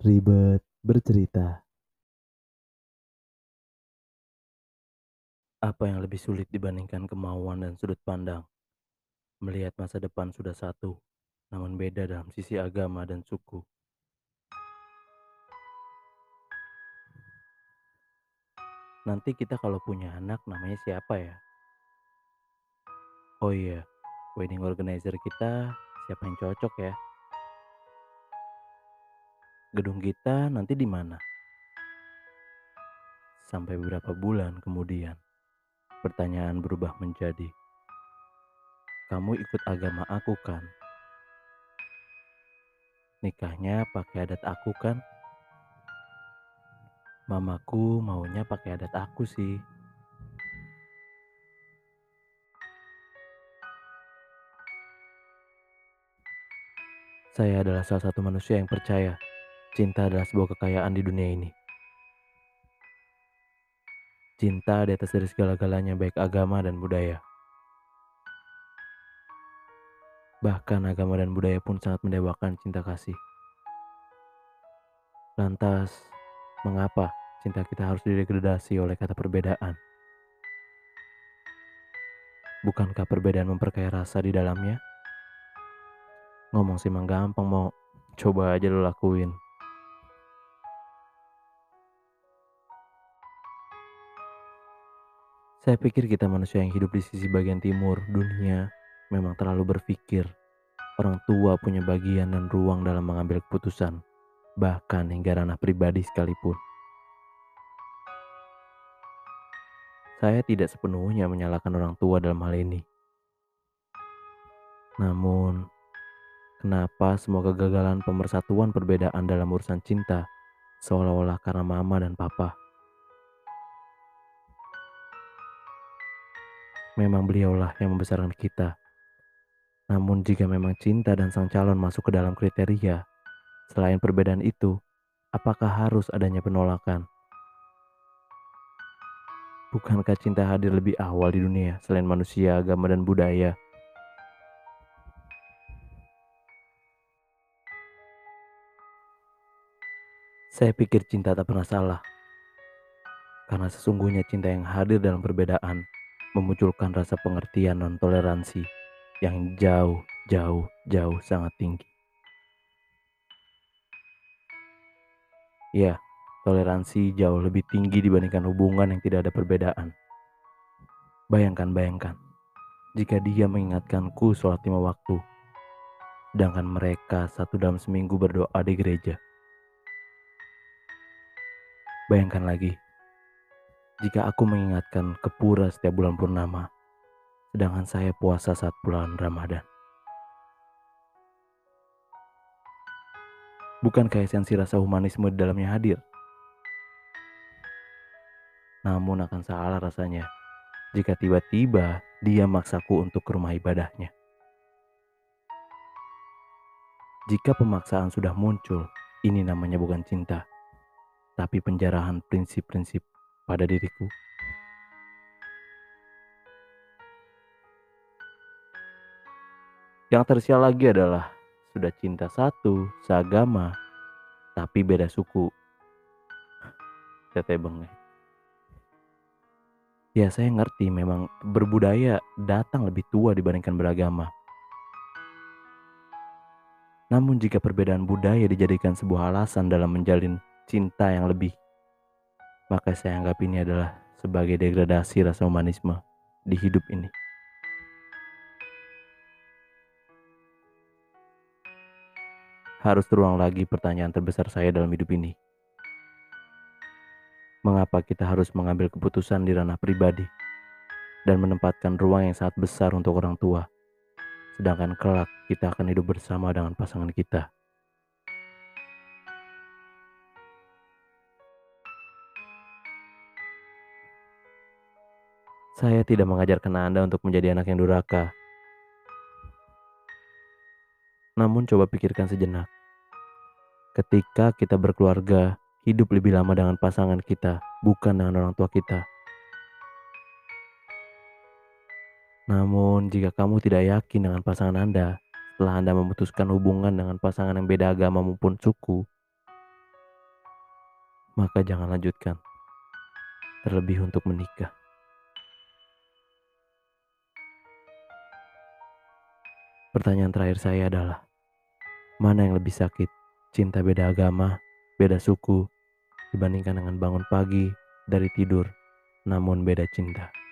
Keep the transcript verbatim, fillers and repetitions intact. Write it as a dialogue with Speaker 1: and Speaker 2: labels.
Speaker 1: Ribet bercerita. Apa yang lebih sulit dibandingkan kemauan dan sudut pandang? Melihat masa depan sudah satu, namun beda dalam sisi agama dan suku. Nanti kita kalau punya anak namanya siapa ya? Oh iya, wedding organizer kita siapa yang cocok ya? Gedung kita nanti di mana? Sampai beberapa bulan kemudian, pertanyaan berubah menjadi, kamu ikut agama aku kan? Nikahnya pakai adat aku kan? Mamaku maunya pakai adat aku sih. Saya adalah salah satu manusia yang percaya cinta adalah sebuah kekayaan di dunia ini. Cinta di atas dari segala-galanya baik agama dan budaya. Bahkan agama dan budaya pun sangat mendewakan cinta kasih. Lantas, mengapa cinta kita harus didegradasi oleh kata perbedaan? Bukankah perbedaan memperkaya rasa di dalamnya? Ngomong sih emang gampang, mau coba aja lo lakuin. Saya pikir kita manusia yang hidup di sisi bagian timur dunia memang terlalu berpikir. Orang tua punya bagian dan ruang dalam mengambil keputusan, bahkan hingga ranah pribadi sekalipun. Saya tidak sepenuhnya menyalahkan orang tua dalam hal ini. Namun, kenapa semua kegagalan pemersatuan perbedaan dalam urusan cinta seolah-olah karena mama dan papa? Memang beliaulah yang membesarkan kita. Namun jika memang cinta dan sang calon masuk ke dalam kriteria, selain perbedaan itu, apakah harus adanya penolakan? Bukankah cinta hadir lebih awal di dunia selain manusia, agama, dan budaya? Saya pikir cinta tak pernah salah, karena sesungguhnya cinta yang hadir dalam perbedaan memunculkan rasa pengertian dan toleransi yang jauh, jauh, jauh sangat tinggi. Ya, toleransi jauh lebih tinggi dibandingkan hubungan yang tidak ada perbedaan. Bayangkan, bayangkan, jika dia mengingatkanku sholat lima waktu, sedangkan mereka satu dalam seminggu berdoa di gereja. Bayangkan lagi, jika aku mengingatkan ke pura setiap bulan purnama, sedangkan saya puasa saat bulan Ramadan. Bukankah esensi rasa humanisme di dalamnya hadir? Namun akan salah rasanya jika tiba-tiba dia maksaku untuk ke rumah ibadahnya. Jika pemaksaan sudah muncul, ini namanya bukan cinta, tapi penjarahan prinsip-prinsip pada diriku. Yang tersial lagi adalah sudah cinta satu, seagama, tapi beda suku. Tete bengek. Ya saya ngerti memang berbudaya datang lebih tua dibandingkan beragama. Namun jika perbedaan budaya dijadikan sebuah alasan dalam menjalin cinta yang lebih, maka saya anggap ini adalah sebagai degradasi rasa humanisme di hidup ini. Harus terulang lagi pertanyaan terbesar saya dalam hidup ini. Mengapa kita harus mengambil keputusan di ranah pribadi dan menempatkan ruang yang sangat besar untuk orang tua, sedangkan kelak kita akan hidup bersama dengan pasangan kita? Saya tidak mengajarkan Anda untuk menjadi anak yang durhaka. Namun coba pikirkan sejenak. Ketika kita berkeluarga, hidup lebih lama dengan pasangan kita, bukan dengan orang tua kita. Namun jika kamu tidak yakin dengan pasangan Anda, setelah Anda memutuskan hubungan dengan pasangan yang beda agama maupun suku, maka jangan lanjutkan. Terlebih untuk menikah. Pertanyaan terakhir saya adalah, mana yang lebih sakit? Cinta beda agama, beda suku, dibandingkan dengan bangun pagi dari tidur, namun beda cinta.